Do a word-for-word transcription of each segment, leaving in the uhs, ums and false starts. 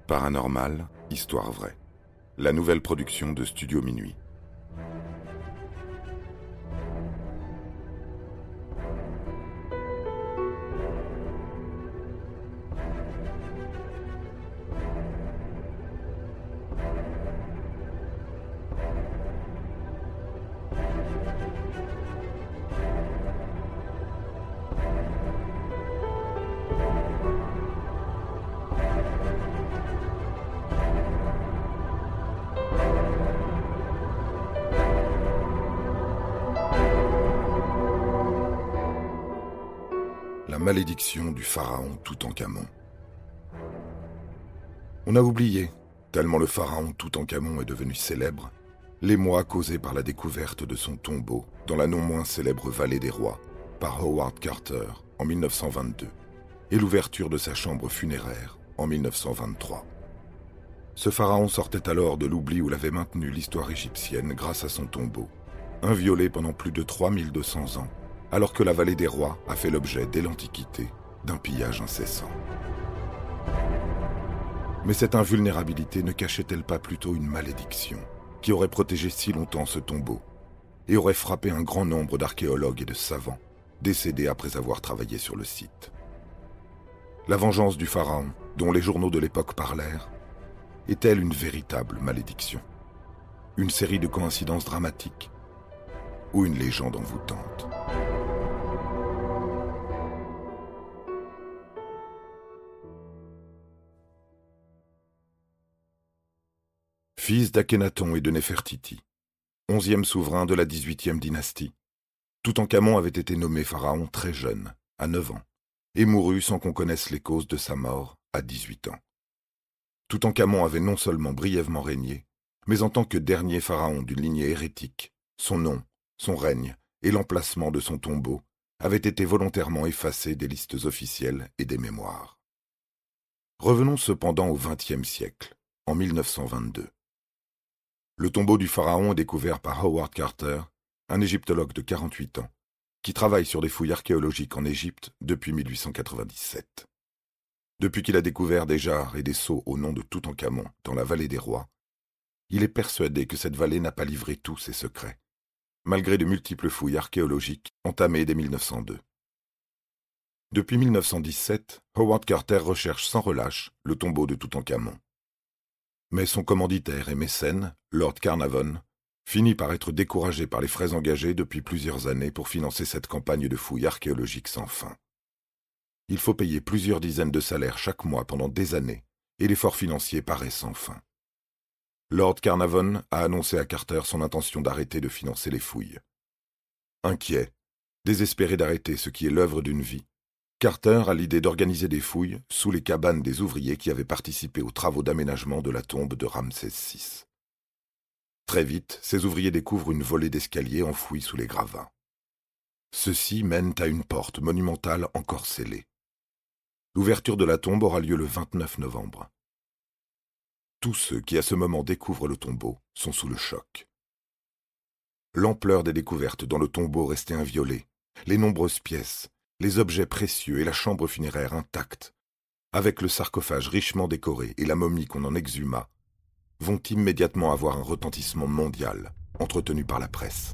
Paranormal, histoire vraie. La nouvelle production de Studio Minuit. La malédiction du pharaon Toutankhamon. On a oublié, tellement le pharaon Toutankhamon est devenu célèbre, les mois causés par la découverte de son tombeau dans la non moins célèbre Vallée des Rois par Howard Carter en mille neuf cent vingt-deux et l'ouverture de sa chambre funéraire en mille neuf cent vingt-trois. Ce pharaon sortait alors de l'oubli où l'avait maintenu l'histoire égyptienne grâce à son tombeau, inviolé pendant plus de trois mille deux cents ans, alors que la Vallée des Rois a fait l'objet dès l'Antiquité d'un pillage incessant. Mais cette invulnérabilité ne cachait-elle pas plutôt une malédiction qui aurait protégé si longtemps ce tombeau et aurait frappé un grand nombre d'archéologues et de savants décédés après avoir travaillé sur le site? La vengeance du pharaon, dont les journaux de l'époque parlèrent, est-elle une véritable malédiction? Une série de coïncidences dramatiques? Ou une légende envoûtante? Fils d'Akhénaton et de Néfertiti, onzième souverain de la dix-huitième dynastie, Toutankhamon avait été nommé pharaon très jeune, à neuf ans, et mourut sans qu'on connaisse les causes de sa mort, à dix-huit ans. Toutankhamon avait non seulement brièvement régné, mais en tant que dernier pharaon d'une lignée hérétique, son nom, son règne et l'emplacement de son tombeau avaient été volontairement effacés des listes officielles et des mémoires. Revenons cependant au vingtième siècle, en mille neuf cent vingt-deux. Le tombeau du pharaon est découvert par Howard Carter, un égyptologue de quarante-huit ans, qui travaille sur des fouilles archéologiques en Égypte depuis mille huit cent quatre-vingt-dix-sept. Depuis qu'il a découvert des jarres et des sceaux au nom de Toutankhamon dans la Vallée des Rois, il est persuadé que cette vallée n'a pas livré tous ses secrets, malgré de multiples fouilles archéologiques entamées dès mille neuf cent deux. Depuis mille neuf cent dix-sept, Howard Carter recherche sans relâche le tombeau de Toutankhamon. Mais son commanditaire et mécène, Lord Carnarvon, finit par être découragé par les frais engagés depuis plusieurs années pour financer cette campagne de fouilles archéologiques sans fin. Il faut payer plusieurs dizaines de salaires chaque mois pendant des années, et l'effort financier paraît sans fin. Lord Carnarvon a annoncé à Carter son intention d'arrêter de financer les fouilles. Inquiet, désespéré d'arrêter ce qui est l'œuvre d'une vie, Carter a l'idée d'organiser des fouilles sous les cabanes des ouvriers qui avaient participé aux travaux d'aménagement de la tombe de Ramsès six. Très vite, ces ouvriers découvrent une volée d'escaliers enfouis sous les gravats. Ceux-ci mènent à une porte monumentale encore scellée. L'ouverture de la tombe aura lieu le vingt-neuf novembre. Tous ceux qui à ce moment découvrent le tombeau sont sous le choc. L'ampleur des découvertes dans le tombeau resté inviolé, les nombreuses pièces, les objets précieux et la chambre funéraire intacte, avec le sarcophage richement décoré et la momie qu'on en exhuma, vont immédiatement avoir un retentissement mondial, entretenu par la presse.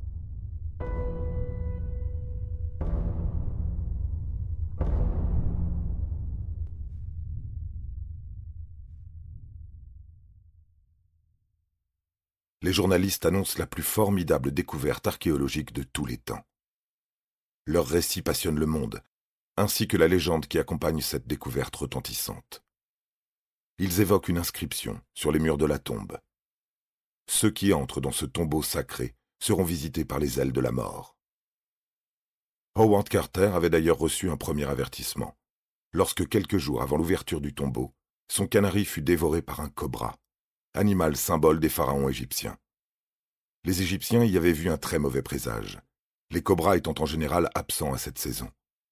Les journalistes annoncent la plus formidable découverte archéologique de tous les temps. Leur récit passionne le monde, ainsi que la légende qui accompagne cette découverte retentissante. Ils évoquent une inscription sur les murs de la tombe. Ceux qui entrent dans ce tombeau sacré seront visités par les ailes de la mort. Howard Carter avait d'ailleurs reçu un premier avertissement, lorsque quelques jours avant l'ouverture du tombeau, son canari fut dévoré par un cobra, animal symbole des pharaons égyptiens. Les Égyptiens y avaient vu un très mauvais présage, les cobras étant en général absents à cette saison.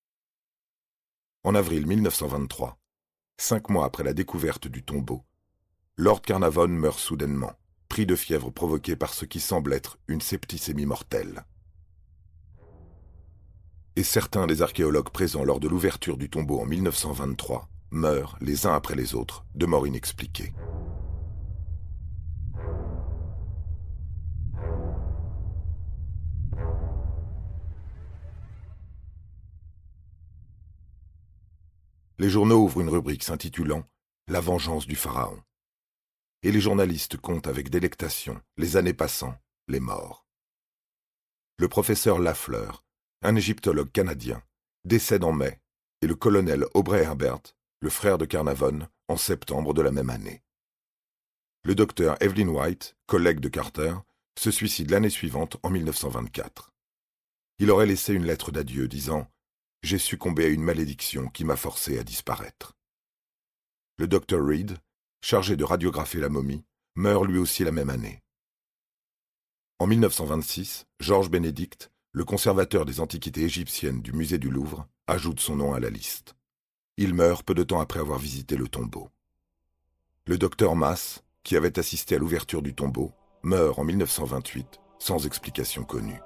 En avril mille neuf cent vingt-trois, cinq mois après la découverte du tombeau, Lord Carnarvon meurt soudainement, pris de fièvre provoquée par ce qui semble être une septicémie mortelle. Et certains des archéologues présents lors de l'ouverture du tombeau en mille neuf cent vingt-trois meurent les uns après les autres de mort inexpliquée. Les journaux ouvrent une rubrique s'intitulant « La vengeance du pharaon ». Et les journalistes comptent avec délectation, les années passant, les morts. Le professeur Lafleur, un égyptologue canadien, décède en mai, et le colonel Aubrey Herbert, le frère de Carnarvon, en septembre de la même année. Le docteur Evelyn White, collègue de Carter, se suicide l'année suivante en mille neuf cent vingt-quatre. Il aurait laissé une lettre d'adieu disant « J'ai succombé à une malédiction qui m'a forcé à disparaître ». Le docteur Reed, chargé de radiographer la momie, meurt lui aussi la même année. En mille neuf cent vingt-six, Georges Bénédicte, le conservateur des antiquités égyptiennes du musée du Louvre, ajoute son nom à la liste. Il meurt peu de temps après avoir visité le tombeau. Le docteur Mass, qui avait assisté à l'ouverture du tombeau, meurt en mille neuf cent vingt-huit, sans explication connue.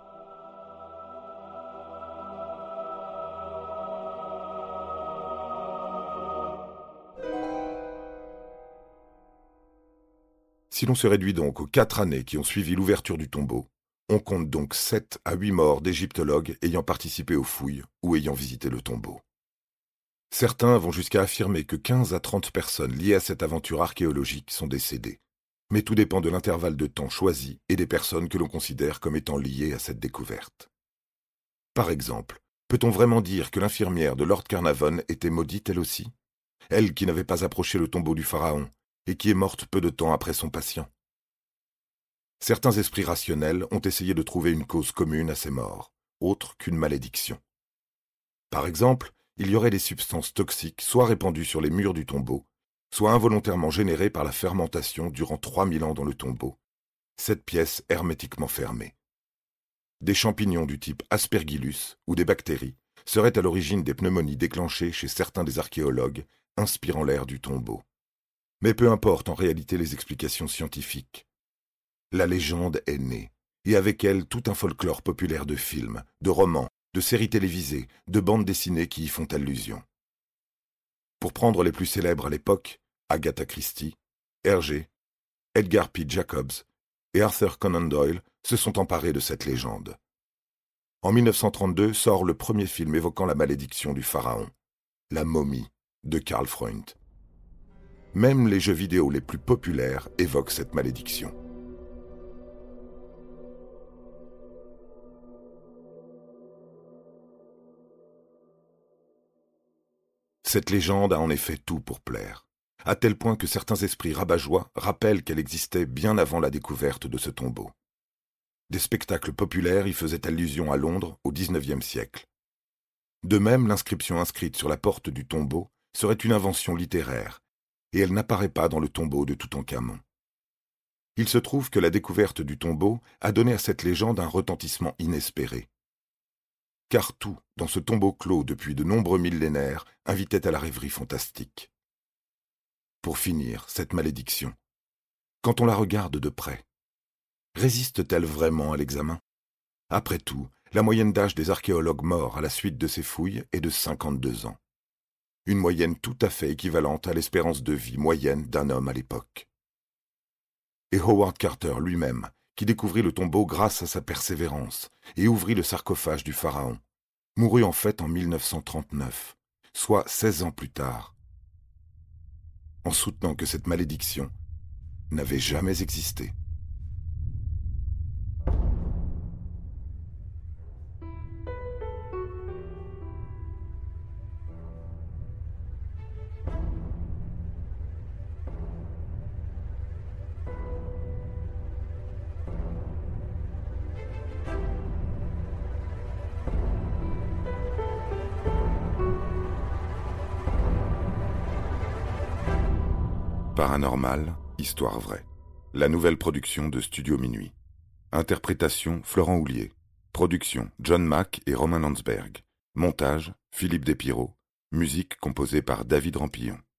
Si l'on se réduit donc aux quatre années qui ont suivi l'ouverture du tombeau, on compte donc sept à huit morts d'égyptologues ayant participé aux fouilles ou ayant visité le tombeau. Certains vont jusqu'à affirmer que quinze à trente personnes liées à cette aventure archéologique sont décédées. Mais tout dépend de l'intervalle de temps choisi et des personnes que l'on considère comme étant liées à cette découverte. Par exemple, peut-on vraiment dire que l'infirmière de Lord Carnarvon était maudite elle aussi? Elle qui n'avait pas approché le tombeau du pharaon et qui est morte peu de temps après son patient. Certains esprits rationnels ont essayé de trouver une cause commune à ces morts, autre qu'une malédiction. Par exemple, il y aurait des substances toxiques soit répandues sur les murs du tombeau, soit involontairement générées par la fermentation durant trois mille ans dans le tombeau, cette pièce hermétiquement fermée. Des champignons du type Aspergillus ou des bactéries seraient à l'origine des pneumonies déclenchées chez certains des archéologues, inspirant l'air du tombeau. Mais peu importe en réalité les explications scientifiques. La légende est née, et avec elle tout un folklore populaire de films, de romans, de séries télévisées, de bandes dessinées qui y font allusion. Pour prendre les plus célèbres à l'époque, Agatha Christie, Hergé, Edgar P. Jacobs et Arthur Conan Doyle se sont emparés de cette légende. En mille neuf cent trente-deux sort le premier film évoquant la malédiction du pharaon, La momie, de Karl Freund. Même les jeux vidéo les plus populaires évoquent cette malédiction. Cette légende a en effet tout pour plaire, à tel point que certains esprits rabat-joie rappellent qu'elle existait bien avant la découverte de ce tombeau. Des spectacles populaires y faisaient allusion à Londres au dix-neuvième siècle. De même, l'inscription inscrite sur la porte du tombeau serait une invention littéraire, et elle n'apparaît pas dans le tombeau de Toutankhamon. Il se trouve que la découverte du tombeau a donné à cette légende un retentissement inespéré. Car tout, dans ce tombeau clos depuis de nombreux millénaires, invitait à la rêverie fantastique. Pour finir, cette malédiction, quand on la regarde de près, résiste-t-elle vraiment à l'examen? Après tout, la moyenne d'âge des archéologues morts à la suite de ces fouilles est de cinquante-deux ans. Une moyenne tout à fait équivalente à l'espérance de vie moyenne d'un homme à l'époque. Et Howard Carter lui-même, qui découvrit le tombeau grâce à sa persévérance et ouvrit le sarcophage du pharaon, mourut en fait en mille neuf cent trente-neuf, soit seize ans plus tard, en soutenant que cette malédiction n'avait jamais existé. Paranormal, histoire vraie. La nouvelle production de Studio Minuit. Interprétation Florent Houlier. Production John Mack et Romain Landsberg. Montage Philippe Despiraux. Musique composée par David Rampillon.